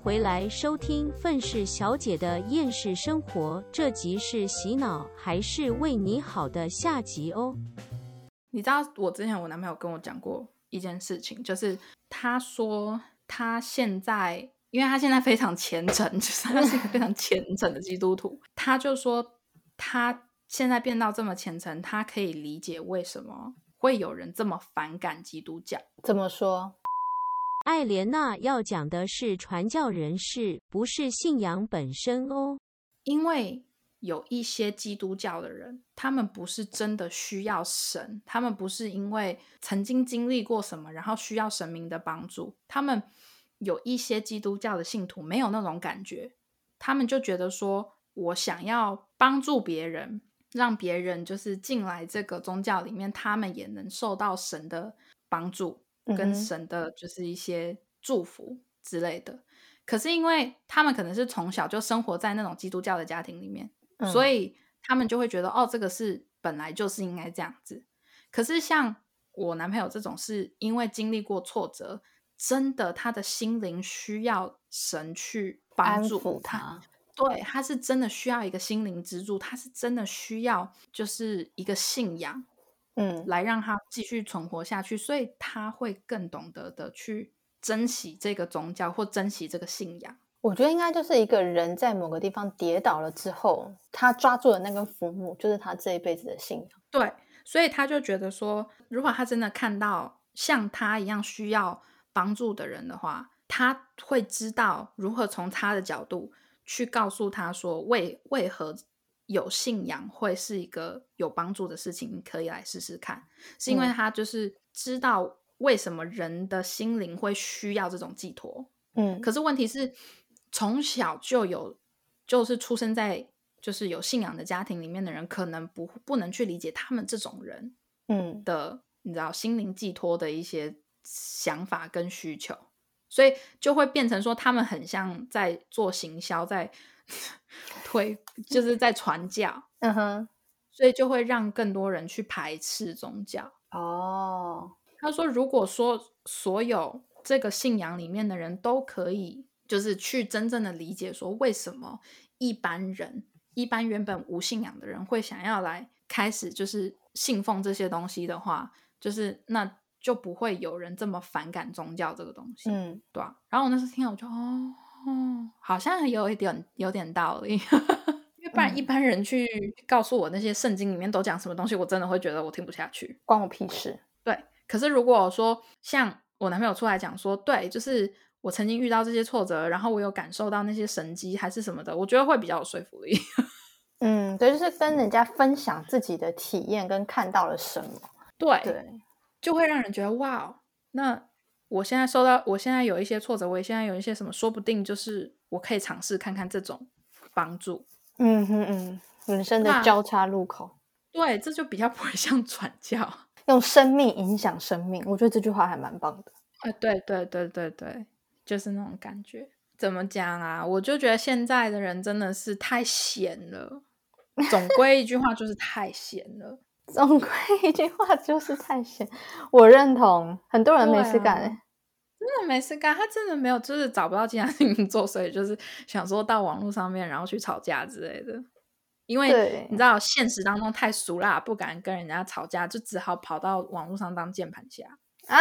回来收听愤世小姐的厌世生活，这集是洗脑还是为你好的下集哦。 你知道我之前我男朋友跟我讲过一件事情，就是他说他现在因为他现在非常虔诚，就是他是一个非常虔诚的基督徒，他就说他现在变到这么虔诚，他可以理解为什么会有人这么反感基督教。 怎么说？ 艾莲娜要讲的是传教人士，不是信仰本身哦。 因为有一些基督教的人，他们不是真的需要神，他们不是因为曾经经历过什么然后需要神明的帮助，他们有一些基督教的信徒没有那种感觉，他们就觉得说我想要帮助别人，让别人就是进来这个宗教里面，他们也能受到神的帮助跟神的就是一些祝福之类的。可是因为他们可能是从小就生活在那种基督教的家庭里面，所以他们就会觉得哦，这个是本来就是应该这样子。可是像我男朋友这种是因为经历过挫折，真的他的心灵需要神去帮助安抚他， 对，他是真的需要一个心灵支柱，他是真的需要就是一个信仰来让他继续存活下去，所以他会更懂得的去珍惜这个宗教或珍惜这个信仰。 我觉得应该就是一个人在某个地方跌倒了之后，他抓住的那根浮木就是他这一辈子的信仰。 对，所以他就觉得说，如果他真的看到像他一样需要帮助的人的话，他会知道如何从他的角度去告诉他说为何有信仰会是一个有帮助的事情，你可以来试试看。是因为他就是知道为什么人的心灵会需要这种寄托。可是问题是从小就有就是出生在就是有信仰的家庭里面的人，可能不能去理解他们这种人的你知道心灵寄托的一些想法跟需求，所以就会变成说他们很像在做行销，在就是在传教，所以就会让更多人去排斥宗教。他说如果说所有这个信仰里面的人都可以就是去真正的理解说为什么一般原本无信仰的人会想要来开始就是信奉这些东西的话，就是那就不会有人这么反感宗教这个东西。对啊。然后我那时候听了我就好像有点道理。因为不然一般人去告诉我那些圣经里面都讲什么东西，我真的会觉得我听不下去， 关我屁事。 对，可是如果说像我男朋友出来讲说，对，就是我曾经遇到这些挫折，然后我有感受到那些神迹还是什么的，我觉得会比较有说服力。 对，就是跟人家分享自己的体验跟看到了什么， 对，就会让人觉得哇，那我现在有一些挫折，我现在有一些什么，说不定就是我可以尝试看看这种帮助。 人生的交叉路口。 对，这就比较不会像传教， 用生命影响生命，我觉得这句话还蛮棒的。 对，就是那种感觉。怎么讲啊？我就觉得现在的人真的是太闲了，总归一句话就是太闲了。 总归一句话就是太闲，我认同。很多人没事干真的没事干，他真的没有，就是找不到其他事情做，所以就是想说到网络上面然后去吵架之类的。因为你知道现实当中太俗辣，不敢跟人家吵架，就只好跑到网络上当键盘侠。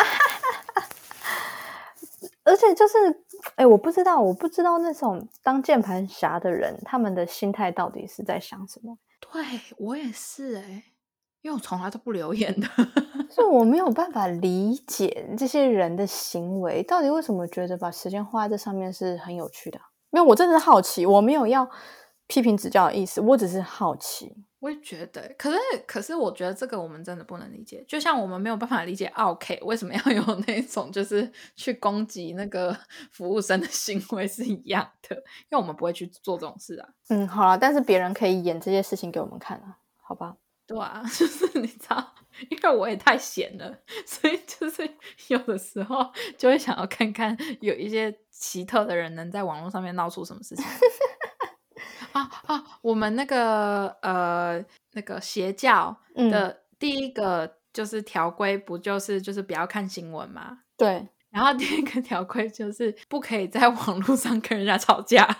而且就是我不知道那种当键盘侠的人他们的心态到底是在想什么。 对，我也是因为我从来都不留言的。 所以我没有办法理解这些人的行为到底为什么觉得把时间花在这上面是很有趣的。因为我真的是好奇，我没有要批评指教的意思，我只是好奇。 我也觉得，可是我觉得这个我们真的不能理解，就像我们没有办法理解OK 为什么要有那种就是去攻击那个服务生的行为是一样的，因为我们不会去做这种事啊。 好啦，但是别人可以演这些事情给我们看啊，好吧？ 对啊，就是你知道，因为我也太闲了，所以就是有的时候就会想要看看有一些奇特的人能在网络上面闹出什么事情。我们那个邪教的第一个就是条规不就是不要看新闻嘛？ 对。 然后第二个条规就是不可以在网络上跟人家吵架。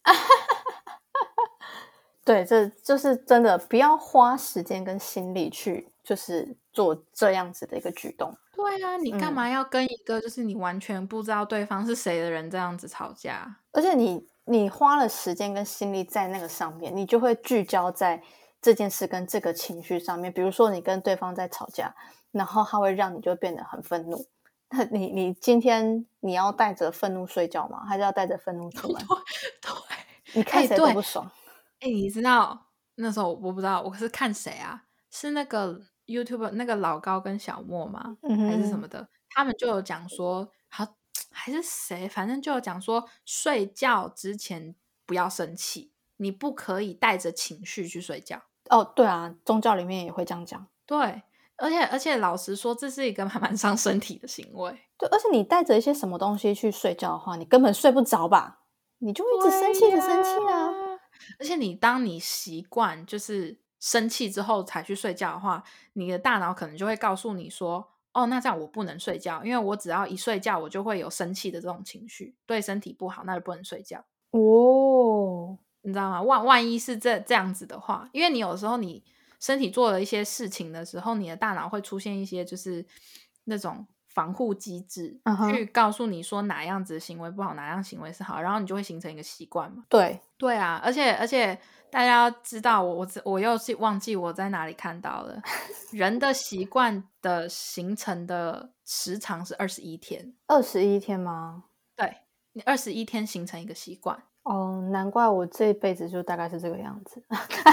对，这就是真的，不要花时间跟心力去就是做这样子的一个举动。 对啊，你干嘛要跟一个就是你完全不知道对方是谁的人这样子吵架？ 而且你花了时间跟心力在那个上面，你就会聚焦在这件事跟这个情绪上面。比如说你跟对方在吵架，然后他会让你就变得很愤怒。那你今天你要带着愤怒睡觉吗？还是要带着愤怒出门？ 对， 你看谁都不爽。 你知道那时候我不知道我是看谁啊？是那个 YouTuber 那个老高跟小莫吗？还是什么的？他们就有讲说，好还是谁，反正就有讲说，睡觉之前不要生气，你不可以带着情绪去睡觉。 哦，对啊，宗教里面也会这样讲。 对，而且老实说，这是一个蛮伤身体的行为。 对，而且你带着一些什么东西去睡觉的话，你根本睡不着吧？你就会一直生气的生气啊。 而且当你习惯就是生气之后才去睡觉的话，你的大脑可能就会告诉你说，哦，那这样我不能睡觉，因为我只要一睡觉，我就会有生气的这种情绪，对身体不好，那就不能睡觉。 哦， 你知道吗？万一是这样子的话，因为你有时候你身体做了一些事情的时候，你的大脑会出现一些就是那种防护机制，去告诉你说哪样子的行为不好，哪样行为是好，然后你就会形成一个习惯嘛。 对啊，而且大家要知道，我又是忘记我在哪里看到了，人的习惯的形成的时长是21天。 21天吗？ 对，你21天形成一个习惯。 哦，难怪我这一辈子就大概是这个样子。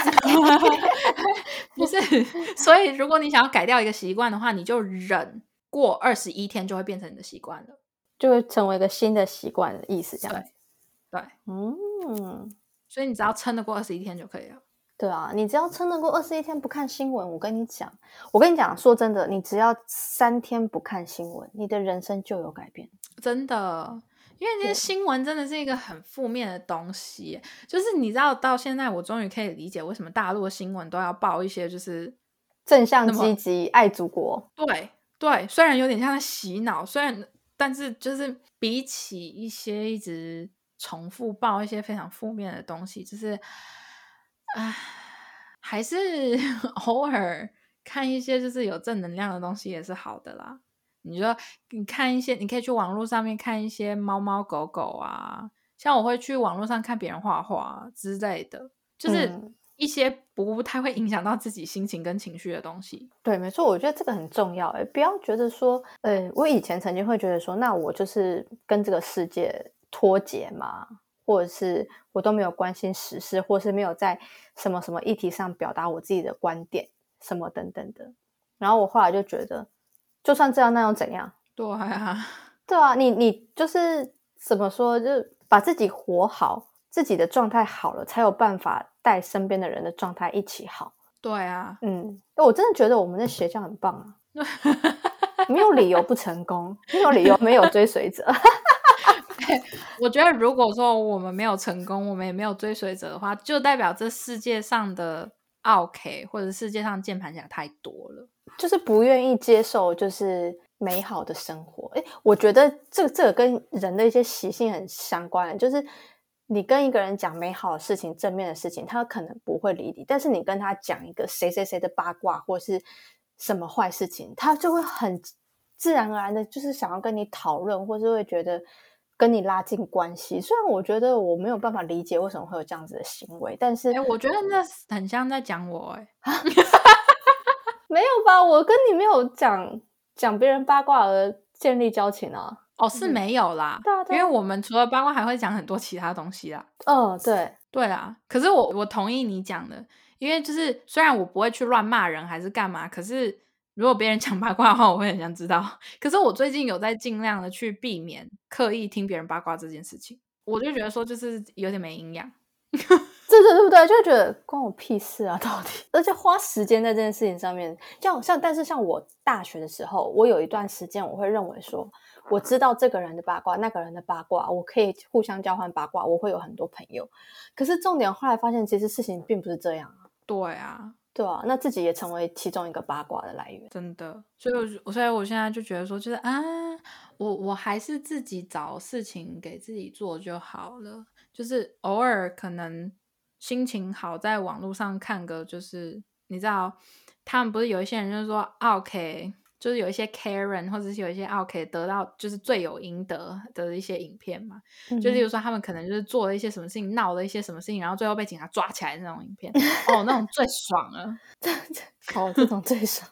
不是，所以如果你想要改掉一个习惯的话，你就忍过21天，就会变成你的习惯了， 就会成为一个新的习惯的意思，这样子。 对，所以你只要撑得过21天就可以了。 对啊，你只要撑得过21天不看新闻，我跟你讲，说真的，你只要3天不看新闻，你的人生就有改变。 真的。因为这些新闻真的是一个很负面的东西，就是你知道到现在我终于可以理解为什么大陆的新闻都要报一些就是正向积极爱祖国。 对，虽然有点像在洗脑，但是就是比起一些一直重复报一些非常负面的东西，就是还是偶尔看一些就是有正能量的东西也是好的啦。你看一些，你可以去网络上面看一些猫猫狗狗啊，像我会去网络上看别人画画之类的，就是一些不太会影响到自己心情跟情绪的东西。 对，没错，我觉得这个很重要。不要觉得说，我以前曾经会觉得说，那我就是跟这个世界脱节嘛，或者是我都没有关心时事，或是没有在什么什么议题上表达我自己的观点，什么等等的。然后我后来就觉得，就算这样，那又怎样？ 对啊，你就是怎么说，就是把自己活好，自己的状态好了，才有办法带身边的人的状态一起好。 对啊， 我真的觉得我们的邪教很棒啊，没有理由不成功，没有理由没有追随者。 我觉得如果说我们没有成功，我们也没有追随者的话，就代表这世界上的OK 或者世界上键盘侠太多了， 就是不愿意接受就是美好的生活。我觉得这个跟人的一些习性很相关，就是你跟一个人讲美好的事情、正面的事情，他可能不会理你，但是你跟他讲一个谁谁谁的八卦或是什么坏事情，他就会很自然而然的就是想要跟你讨论，或是会觉得跟你拉近关系。虽然我觉得我没有办法理解为什么会有这样子的行为，但是我觉得那很像在讲我没有吧，我跟你没有讲别人八卦而建立交情啊。 是没有啦，因为我们除了八卦还会讲很多其他东西啦。 对啦，可是我同意你讲的，因为就是虽然我不会去乱骂人还是干嘛，可是如果别人讲八卦的话，我会很想知道。可是我最近有在尽量的去避免刻意听别人八卦这件事情，我就觉得说就是有点没营养。 对不对？就觉得关我屁事啊，到底。而且花时间在这件事情上面，但是像我大学的时候，我有一段时间我会认为说，我知道这个人的八卦，那个人的八卦，我可以互相交换八卦，我会有很多朋友。可是重点后来发现，其实事情并不是这样啊。对啊，那自己也成为其中一个八卦的来源， 真的。所以我现在就觉得说，就是我还是自己找事情给自己做就好了，就是偶尔可能心情好，在网络上看个，就是你知道，他们不是有一些人就是说OK，就是有一些 Karen 或者是有一些 OK 得到就是罪有应得的一些影片嘛，就例如说他们可能就是做了一些什么事情，闹了一些什么事情，然后最后被警察抓起来的那种影片，哦，那种最爽了。 哦，这种最爽。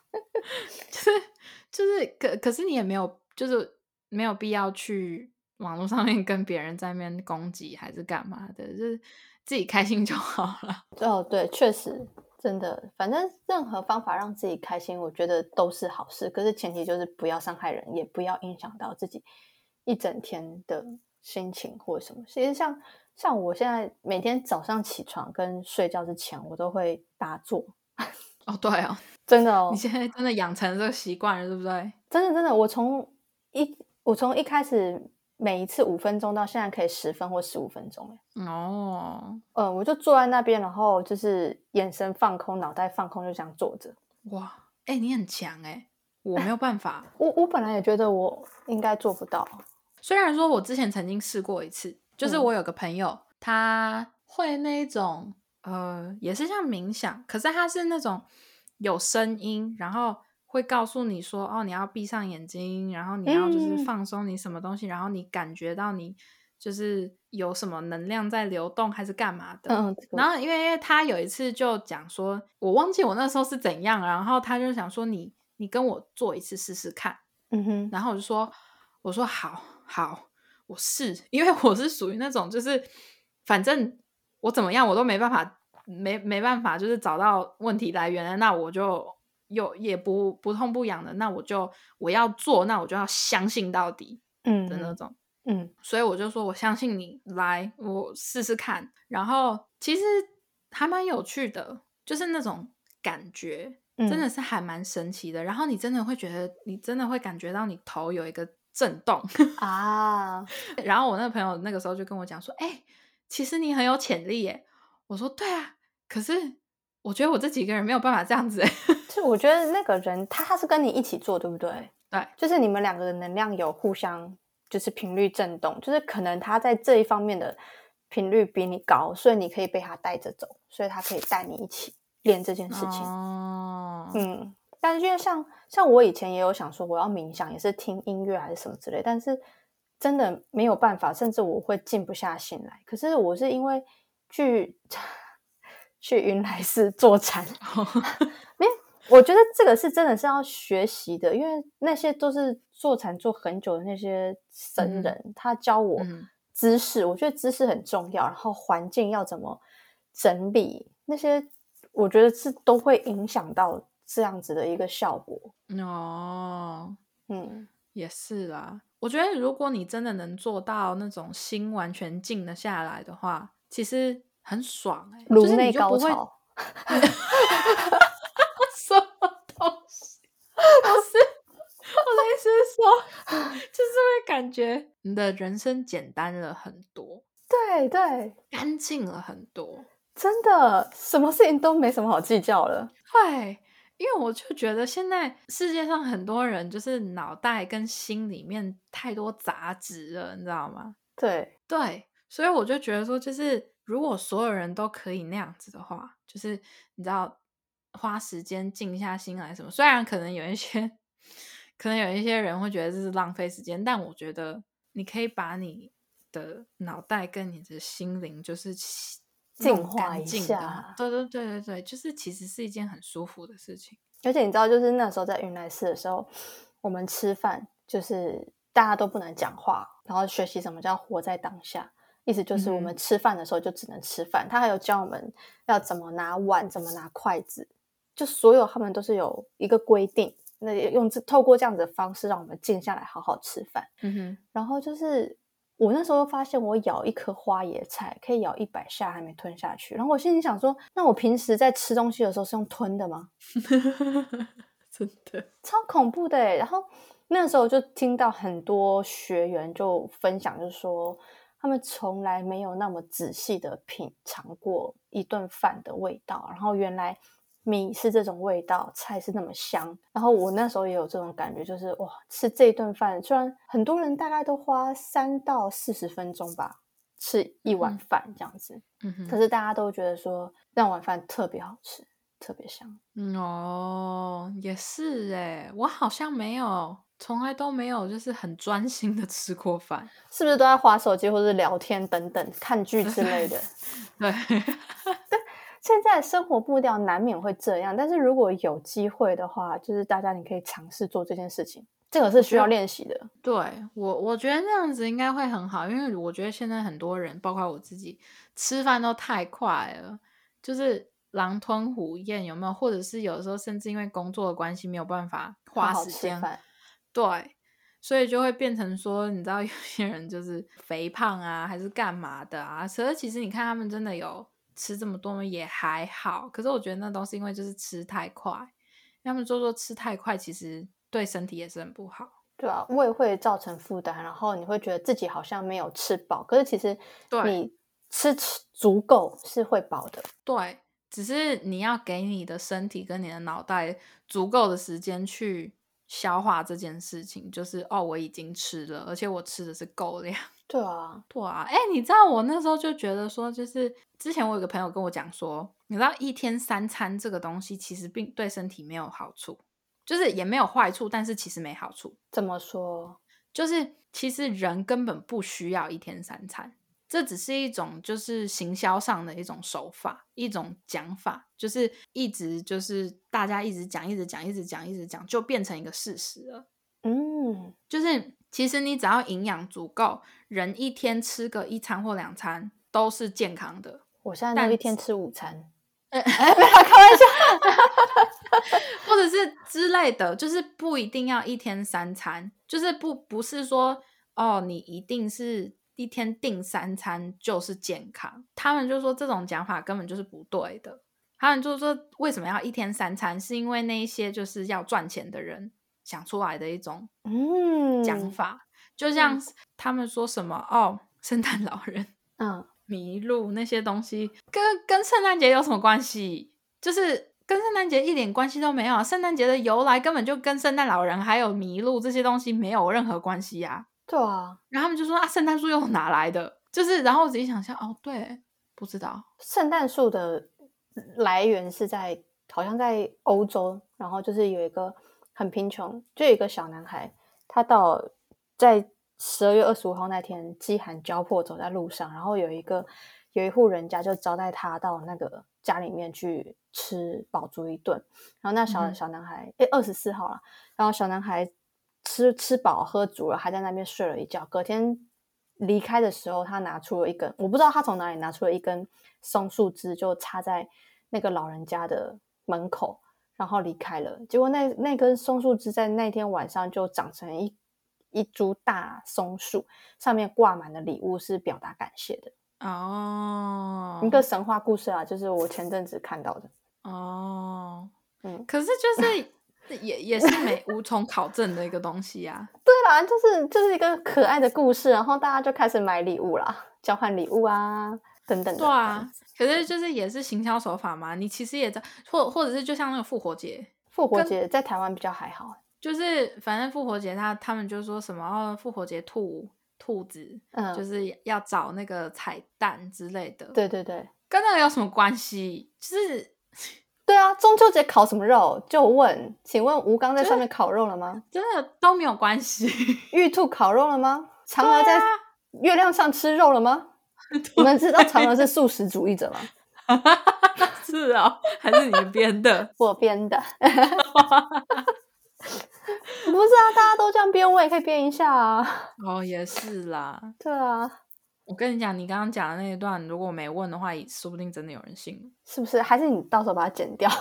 可是你也没有，就是没有必要去网络上面跟别人在那边攻击还是干嘛的，就是自己开心就好了。 哦，对，确实，真的，反正任何方法让自己开心，我觉得都是好事。可是前提就是不要伤害人，也不要影响到自己一整天的心情或什么。其实像我现在每天早上起床跟睡觉之前，我都会打坐。 哦，对哦， 真的哦， 你现在真的养成这个习惯了，对不对？ 真的，我从一开始每一次5分钟到现在可以10分或15分钟。 哦， 我就坐在那边，然后就是眼神放空，脑袋放空，就这样坐着。 哇，你很强我没有办法。 我本来也觉得我应该做不到。 虽然说我之前曾经试过一次，就是我有个朋友，他会那一种也是像冥想，可是他是那种有声音，然后会告诉你说哦，你要闭上眼睛，然后你要就是放松你什么东西，然后你感觉到你就是有什么能量在流动还是干嘛的。然后因为他有一次就讲说，我忘记我那时候是怎样了，然后他就想说你跟我做一次试试看。然后我说好，我试，因为我是属于那种就是反正我怎么样我都没办法没办法就是找到问题来源了，那我就也不痛不痒的，那我要做，那我就要相信到底的那种。所以我就说我相信你，来我试试看。然后其实还蛮有趣的，就是那种感觉真的是还蛮神奇的。然后你真的会觉得，你真的会感觉到你头有一个震动啊。 然后我那个朋友那个时候就跟我讲说，其实你很有潜力耶。我说对啊，可是我觉得我这几个人没有办法这样子就我觉得那个人他是跟你一起做，对不对？ 对， 就是你们两个的能量有互相就是频率震动，就是可能他在这一方面的频率比你高，所以你可以被他带着走，所以他可以带你一起练这件事情。但是因为像我以前也有想说我要冥想，也是听音乐还是什么之类，但是真的没有办法，甚至我会静不下心来。可是我是因为去云来寺坐禅没有，我觉得这个是真的是要学习的，因为那些都是坐禅坐很久的那些僧人，他教我姿势，我觉得姿势很重要，然后环境要怎么整理，那些我觉得是都会影响到这样子的一个效果。 也是啦。我觉得如果你真的能做到那种心完全静得下来的话，其实很爽颅内高潮什么东西？我的意思是说，就是会感觉你的人生简单了很多， 对对， 干净了很多， 真的什么事情都没什么好计较了。 对，因为我就觉得现在世界上很多人就是脑袋跟心里面太多杂质了，你知道吗？ 对， 所以我就觉得说，就是如果所有人都可以那样子的话，就是你知道花时间静下心来什么，虽然可能有一些人会觉得这是浪费时间，但我觉得你可以把你的脑袋跟你的心灵就是净化一下。 对，就是其实是一件很舒服的事情。 而且你知道，就是那时候在云来寺的时候，我们吃饭就是大家都不能讲话，然后学习什么叫活在当下，意思就是我们吃饭的时候就只能吃饭。他还有教我们要怎么拿碗，怎么拿筷子，就所有他们都是有一个规定，那透过这样子的方式让我们静下来好好吃饭。然后就是我那时候发现我咬一颗花椰菜可以咬100下还没吞下去，然后我心里想说，那我平时在吃东西的时候是用吞的吗？ 真的超恐怖的耶。然后那时候就听到很多学员就分享，就是说他们从来没有那么仔细的品尝过一顿饭的味道，然后原来米是这种味道，菜是那么香。然后我那时候也有这种感觉，就是哇，吃这一顿饭，虽然很多人大概都花3到40分钟吧，吃一碗饭这样子，可是大家都觉得说那碗饭特别好吃，特别香。 哦，也是耶，我好像没有，从来都没有就是很专心的吃过饭， 是不是都在滑手机或是聊天等等看剧之类的？ 对现在生活步调难免会这样，但是如果有机会的话，就是大家你可以尝试做这件事情，这个是需要练习的。 对，我觉得那样子应该会很好，因为我觉得现在很多人包括我自己吃饭都太快了，就是狼吞虎咽，有没有？或者是有的时候甚至因为工作的关系没有办法花时间好好吃饭。 对，所以就会变成说，你知道有些人就是肥胖啊，还是干嘛的啊？可是其实你看他们真的有吃这么多也还好，可是我觉得那都是因为就是吃太快，他们说吃太快其实对身体也是很不好。 对啊，胃会造成负担，然后你会觉得自己好像没有吃饱，可是其实你吃足够是会饱的。 对，只是你要给你的身体跟你的脑袋足够的时间去消化这件事情，就是我已经吃了，而且我吃的是够量。 对啊， 对啊，你知道我那时候就觉得说，就是之前我有个朋友跟我讲说，你知道1天3餐这个东西其实并对身体没有好处，就是也没有坏处，但是其实没好处。 怎么说？ 就是其实人根本不需要1天3餐，这只是一种就是行销上的一种手法，一种讲法，就是一直就是大家一直讲，就变成一个事实了。就是其实你只要营养足够，人1天吃个1餐或2餐都是健康的。 我现在都1天吃5餐。 没有开玩笑或者是之类的，就是不一定要1天3餐，就是不是说你一定是1天订3餐就是健康，他们就说这种讲法根本就是不对的。他们就说为什么要1天3餐，是因为那一些就是要赚钱的人想出来的一种讲法，就像他们说什么圣诞老人麋鹿那些东西跟圣诞节有什么关系？就是跟圣诞节一点关系都没有，圣诞节的由来根本就跟圣诞老人还有麋鹿这些东西没有任何关系啊。 对啊， 然后他们就说圣诞树又哪来的？就是然后我自己想象对，不知道圣诞树的来源是好像在欧洲，然后就是有一个很贫穷，就有一个小男孩，他在12月25号那天饥寒交迫走在路上，然后有一户人家就招待他到那个家里面去吃饱足一顿，然后那小男孩24号啦，然后小男孩吃饱喝足了，还在那边睡了一觉，隔天离开的时候他拿出了一根，我不知道他从哪里拿出了一根松树枝，就插在那个老人家的门口，然后离开了。结果那根松树枝在那天晚上就长成一株大松树，上面挂满了礼物，是表达感谢的。一个神话故事啊，就是我前阵子看到的。 可是就是也是无从考证的一个东西啊。 对啦，就是一个可爱的故事，然后大家就开始买礼物啦，交换礼物啊等等的。 对啊，可是就是也是行销手法嘛。你其实也在或者是就像那个复活节在台湾比较还好， 就是反正复活节他们就说什么复活节兔子，就是要找那个彩蛋之类的。 对对对， 跟那个有什么关系？就是对啊，中秋节烤什么肉？就问，请问吴刚在上面烤肉了吗？ 真的都没有关系。 玉兔烤肉了吗？嫦娥在月亮上吃肉了吗？你们知道嫦娥是素食主义者吗？ 是哦，还是你编的？ 我编的。不是啊，大家都这样编，我也可以编一下啊。 也是啦。 对啊， 我跟你讲，你刚刚讲的那一段，如果我没问的话，说不定真的有人信， 是不是？还是你到时候把它剪掉？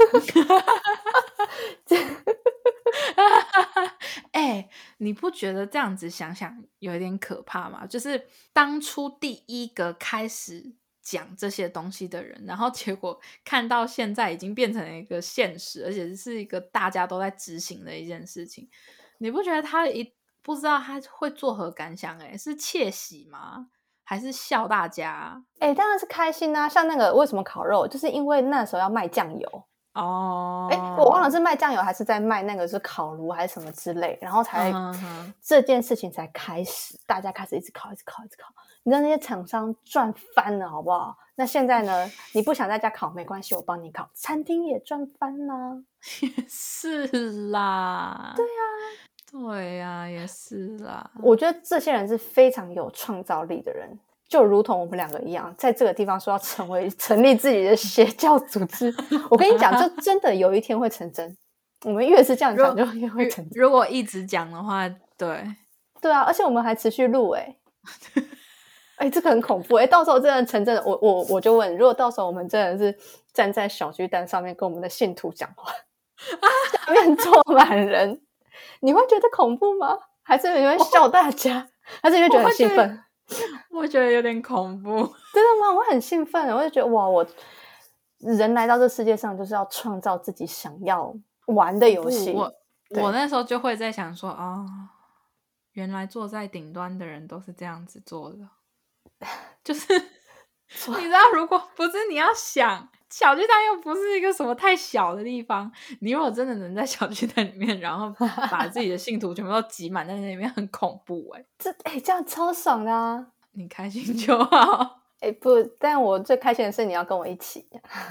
你不觉得这样子想想有一点可怕吗？就是当初第一个开始讲这些东西的人，然后结果看到现在已经变成了一个现实，而且是一个大家都在执行的一件事情，你不觉得他不知道他会作何感想？是窃喜吗？还是笑大家？ 当然是开心啊！像那个为什么烤肉，就是因为那时候要卖酱油。 哦， 我忘了是卖酱油还是在卖那个是烤炉还是什么之类，然后才这件事情才开始，大家开始一直烤，你知道那些厂商赚翻了好不好？那现在呢，你不想在家烤没关系，我帮你烤，餐厅也赚翻啦。 是啦，对呀，也是啦。 我觉得这些人是非常有创造力的人，就如同我们两个一样，在这个地方说要成立自己的邪教组织。我跟你讲，这真的有一天会成真。我们越是这样讲，就越会成真。 如果一直讲的话，对啊，而且我们还持续录这个很恐怖到时候真的成真的，我就问，如果到时候我们真的是站在小巨蛋上面跟我们的信徒讲话，下面坐满人，你会觉得恐怖吗？还是你会笑大家？还是你会觉得很兴奋？ 我觉得有点恐怖。 真的吗？我很兴奋，我就觉得哇，我人来到这世界上就是要创造自己想要玩的游戏。 我那时候就会在想说原来坐在顶端的人都是这样子做的，就是你知道，如果不是你要想小巨蛋又不是一个什么太小的地方，你如果真的能在小巨蛋里面，然后把自己的信徒全部都挤满在那里面，很恐怖这样超爽的啊！ 你开心就好。 不，但我最开心的是你要跟我一起。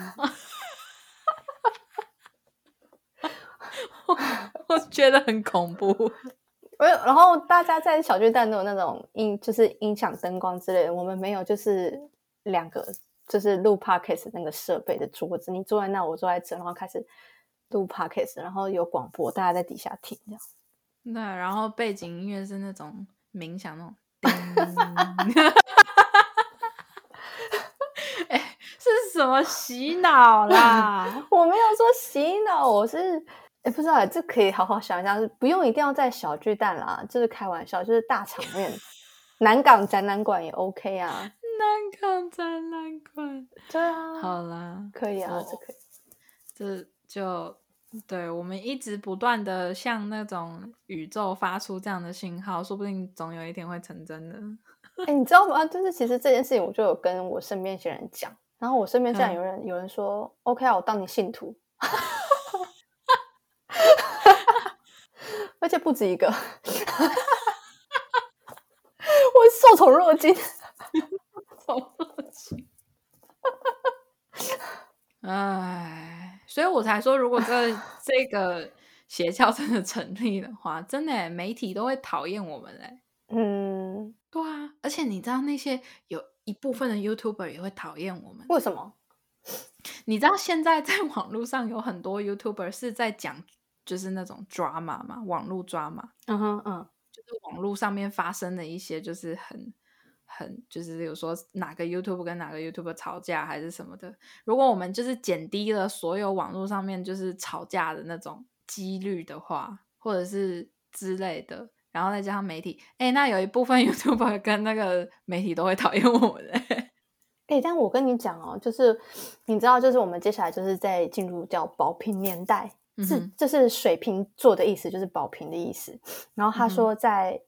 我觉得很恐怖。 然后大家在小巨蛋都有那种就是音响灯光之类的，我们没有，就是两个就是录 podcast 那个设备的桌子，你坐在那，我坐在这，然后开始录 podcast， 然后有广播，大家在底下听这样。 对，然后背景音乐是那种冥想那种是什么洗脑啦？ 我没有说洗脑，我是不知道，这可以好好想一下，不用一定要在小巨蛋啦，就是开玩笑，就是大场面南港展览馆也 OK 啊。 南港展览馆， 对啊， 好啦， 可以啊，这可以，这就对，我们一直不断的向那种宇宙发出这样的信号，说不定总有一天会成真的。 你知道吗？就是其实这件事情，我就有跟我身边一些人讲，然后我身边竟然有人说 OK 啊，我当你信徒。而且不止一个。我受宠若惊。 所以我才说，如果这个邪教真的成立的话，真的媒体都会讨厌我们对啊，而且你知道那些有一部分的 YouTuber 也会讨厌我们。 为什么？ 你知道现在在网络上有很多 YouTuber 是在讲就是那种 drama 嘛，网络 drama，就是网络上面发生的一些就是很就是有说哪个 YouTuber 跟哪个 YouTuber 吵架还是什么的，如果我们就是减低了所有网络上面就是吵架的那种几率的话，或者是之类的，然后再加上媒体，那有一部分 YouTuber 跟那个媒体都会讨厌我们但我跟你讲哦，就是你知道，就是我们接下来就是在进入叫宝瓶年代，这是水瓶座的意思，就是宝瓶的意思。然后他说在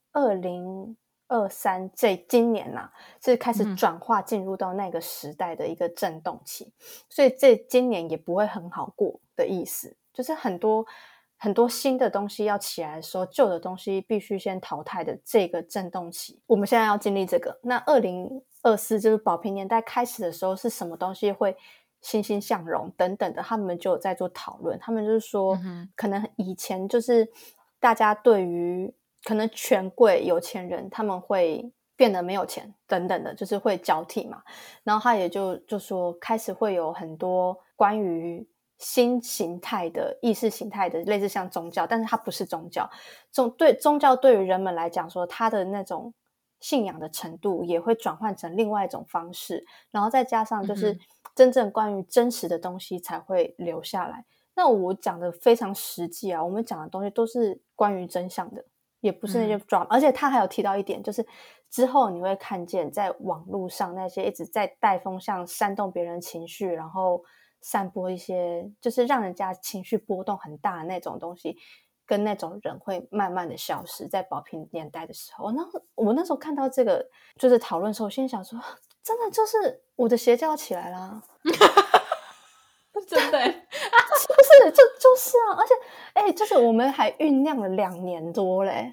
2023今年是开始转化进入到那个时代的一个震动期，所以今年也不会很好过的意思，就是很多新的东西要起来的时候，旧的东西必须先淘汰的这个震动期，我们现在要经历这个。那2024就是宝瓶年代开始的时候，是什么东西会欣欣向荣等等的，他们就有在做讨论。他们就是说可能以前就是大家对于可能权贵有钱人他们会变得没有钱等等的，就是会交替嘛。然后他也就说开始会有很多关于新形态的意识形态的，类似像宗教，但是它不是宗教。宗教对于人们来讲说，它的那种信仰的程度也会转换成另外一种方式，然后再加上就是真正关于真实的东西才会留下来。那我讲的非常实际啊，我们讲的东西都是关于真相的，也不是那些 drama，而且他还有提到一点，就是之后你会看见在网络上那些一直在带风向煽动别人情绪，然后散播一些就是让人家情绪波动很大的那种东西，跟那种人会慢慢的消失。在宝瓶年代的时候，我那时候看到这个就是讨论的时候，我心里想说真的就是我的邪教起来啦。 真的超是，就是啊，而且就是我们还酝酿了2年多嘞，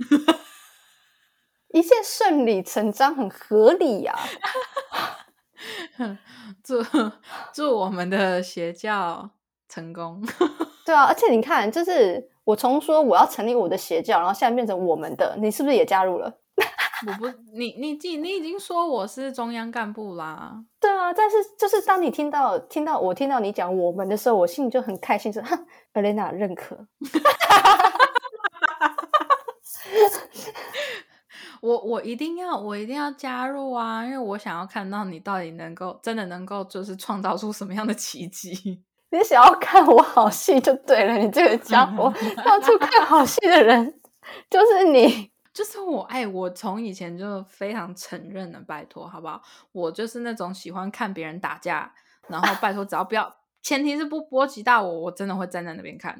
一切顺理成章，很合理呀、 祝我们的邪教成功。 对啊，而且你看，就是我从说我要成立我的邪教，然后现在变成我们的，你是不是也加入了？ 我不，你已经说我是中央干部啦。 对啊，但是就是当你听到你讲我们的时候，我心里就很开心，说哼，Elena 认可。 我一定要加入啊，因为我想要看到你到底真的能够就是创造出什么样的奇迹。 你想要看我好戏就对了，你这个家伙，到处看好戏的人就是你。 就是我从以前就非常承认了，拜托好不好？我就是那种喜欢看别人打架，然后拜托只要不要，前提是不波及到我，我真的会站在那边看。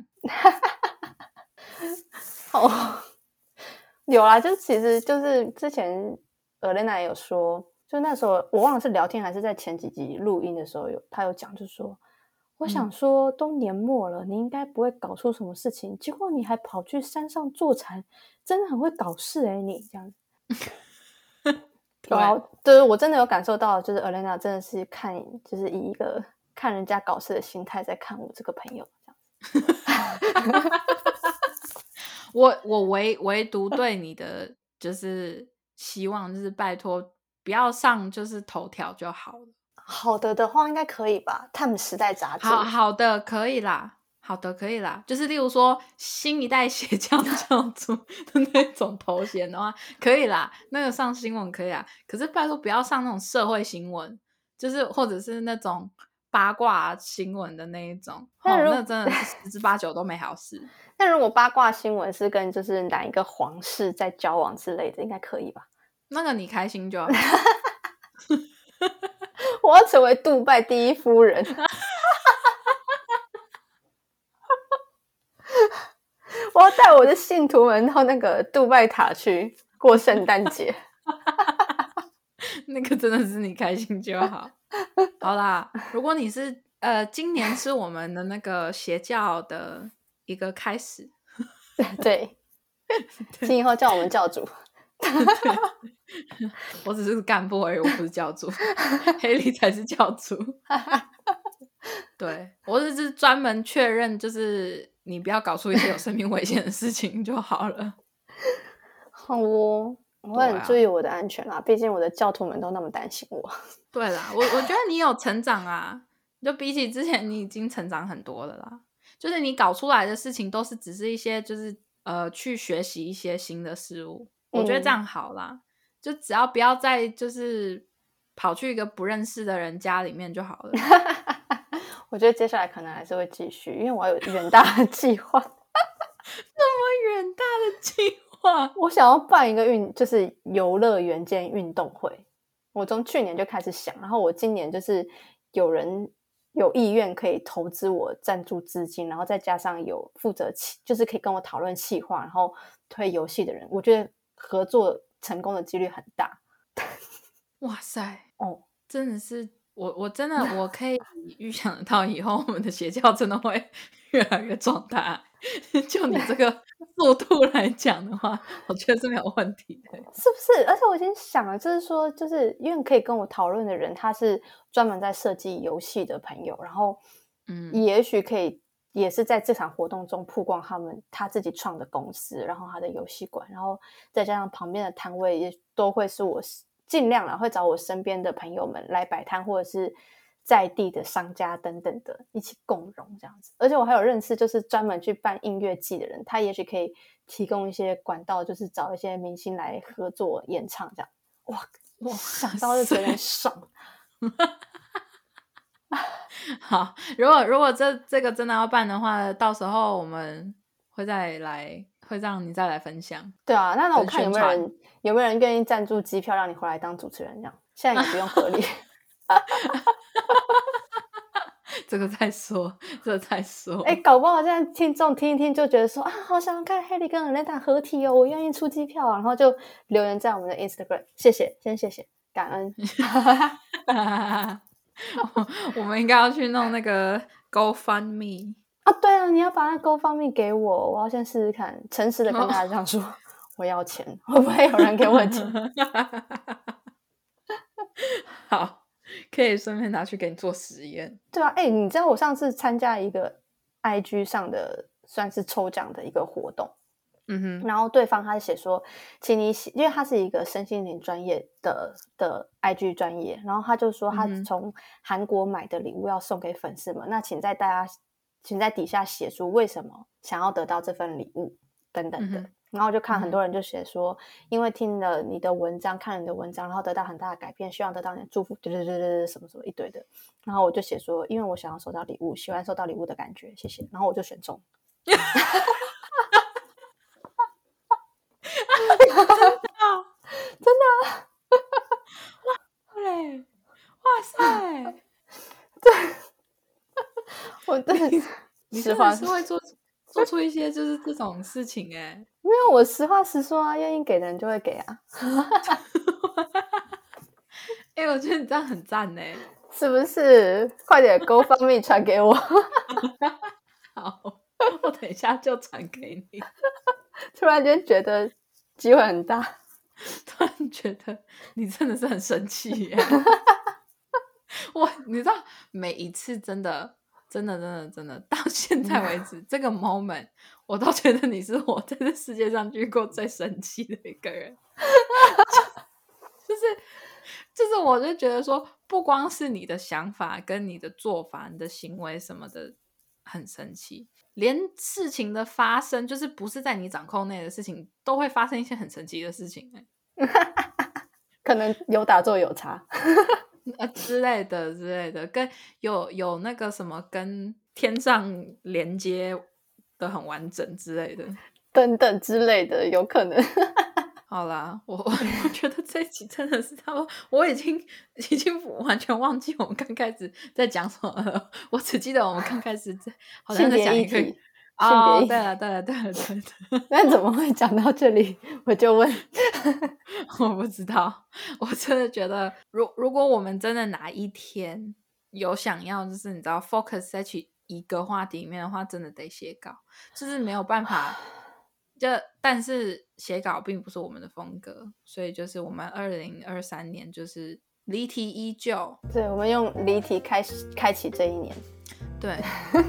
哦，有啦，就其实就是之前Elena 也有说，就那时候我忘了是聊天还是在前几集录音的时候他有讲，就说我想说都年末了，你应该不会搞出什么事情，结果你还跑去山上坐禅，真的很会搞事你这样子。对，我真的有感受到，就是 Elena 真的是就是以一个看人家搞事的心态在看我这个朋友这样子。 我唯独对你的就是希望就是拜托不要上就是头条就好了。 好的话应该可以吧？Time 时代杂志。 好的可以啦，就是例如说新一代邪教教主的那种头衔的话可以啦，那个上新闻可以啦，可是拜托不要上那种社会新闻，就是或者是那种八卦新闻的那一种，那真的是10之8九都没好事。 那如果八卦新闻是跟就是哪一个皇室在交往之类的，应该可以吧？ 那个你开心就好。 我要成为杜拜第一夫人。我要带我的信徒们到那个杜拜塔去过圣诞节。 那个真的是你开心就好。好啦，如果你是今年是我们的那个邪教的一个开始。 对，请以后叫我们教主。 我只是干部而已，我不是教主。黑莉才是教主。对，我只是专门确认，就是你不要搞出一些有生命危险的事情就好了。 好哦，我会很注意我的安全啦，毕竟我的教徒们都那么担心我。 对啦，我觉得你有成长啊，就比起之前你已经成长很多了啦。就是你搞出来的事情都是只是一些就是去学习一些新的事物，我觉得这样好啦。就只要不要再就是跑去一个不认识的人家里面就好了。 我觉得接下来可能还是会继续，因为我有远大的计划。 那么远大的计划？ 我想要办一个就是游乐园兼运动会。我从去年就开始想，然后我今年就是有人有意愿可以投资我赞助资金，然后再加上有负责就是可以跟我讨论企划，然后推游戏的人，我觉得合作成功的几率很大。 哇塞， 哦， 真的是我真的我可以预想得到以后我们的邪教真的会越来越壮大。就你这个速度来讲的话，我觉得是没有问题的。 是不是？而且我已经想了，就是说，就是因为可以跟我讨论的人，他是专门在设计游戏的朋友，然后也许可以也是在这场活动中曝光他自己创的公司，然后他的游戏馆，然后再加上旁边的摊位也都会是我尽量啦会找我身边的朋友们来摆摊，或者是在地的商家等等的一起共融这样子。而且我还有认识就是专门去办音乐季的人，他也许可以提供一些管道，就是找一些明星来合作演唱这样。哇，想到就觉得很爽。 好，如果这个真的要办的话，到时候我们会让你再来分享。 对啊，那我看有没有人愿意赞助机票让你回来当主持人这样，现在也不用合理。 这个再说。 搞不好现在听众听一听就觉得说啊，好想看黑莉跟 Elena 合体哦，我愿意出机票，然后就留言在我们的 Instagram， 谢谢，先谢谢，感恩。 我们应该要去弄那个 GoFundMe 啊，对啊，你要把那GoFundMe给我，我要先试试看，诚实的跟大家这样说，我要钱，会不会有人给我钱？ 好，可以顺便拿去给你做实验。 对啊，你知道我上次参加一个 IG 上的算是抽奖的一个活动，然后对方他写说，请你因为他是一个身心灵专业的 IG 专业，然后他就说他从韩国买的礼物要送给粉丝们，那请在底下写出为什么想要得到这份礼物等等的。然后就看很多人就写说，因为听了你的文章，看了你的文章，然后得到很大的改变，希望得到你的祝福，什么什么一堆的。然后我就写说，因为我想要收到礼物，喜欢收到礼物的感觉，谢谢。然后我就选中。真的啊哇塞， 对，我真的你真的是会做出一些就是这种事情没有，我实话实说啊，愿意给的人就会给啊。 我觉得你这样很赞是不是？快点 GoFundMe 传给我。 好，我等一下就传给你。 突然间觉得机会很大， 突然觉得你真的是很生气你知道每一次真的到现在为止这个 moment 我都觉得你是我在这世界上遇过最生气的一个人。就是我就觉得说，不光是你的想法跟你的做法，你的行为什么的很生气，连事情的发生，就是不是在你掌控内的事情，都会发生一些很神奇的事情可能有打坐有差之类的，跟有那个什么跟天上连接的很完整之类的， 等等之类的，有可能。 好啦，我觉得这一集真的是我已经完全忘记我们刚开始在讲什么了。我只记得我们刚开始好像在讲一个哦，对了， 那怎么会讲到这里？我就问， 我不知道。我真的觉得，如果我们真的哪一天有想要，就是你知道 focus 在一个话题里面的话，真的得写稿，就是没有办法。但是写稿并不是我们的风格，所以就是我们2023年就是离题依旧。 对，我们用离题开启这一年。 对。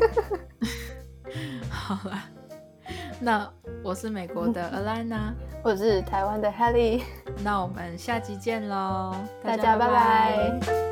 好了，那我是美国的 Alana， 我是台湾的 Helly， 那我们下集见咯， 大家拜拜。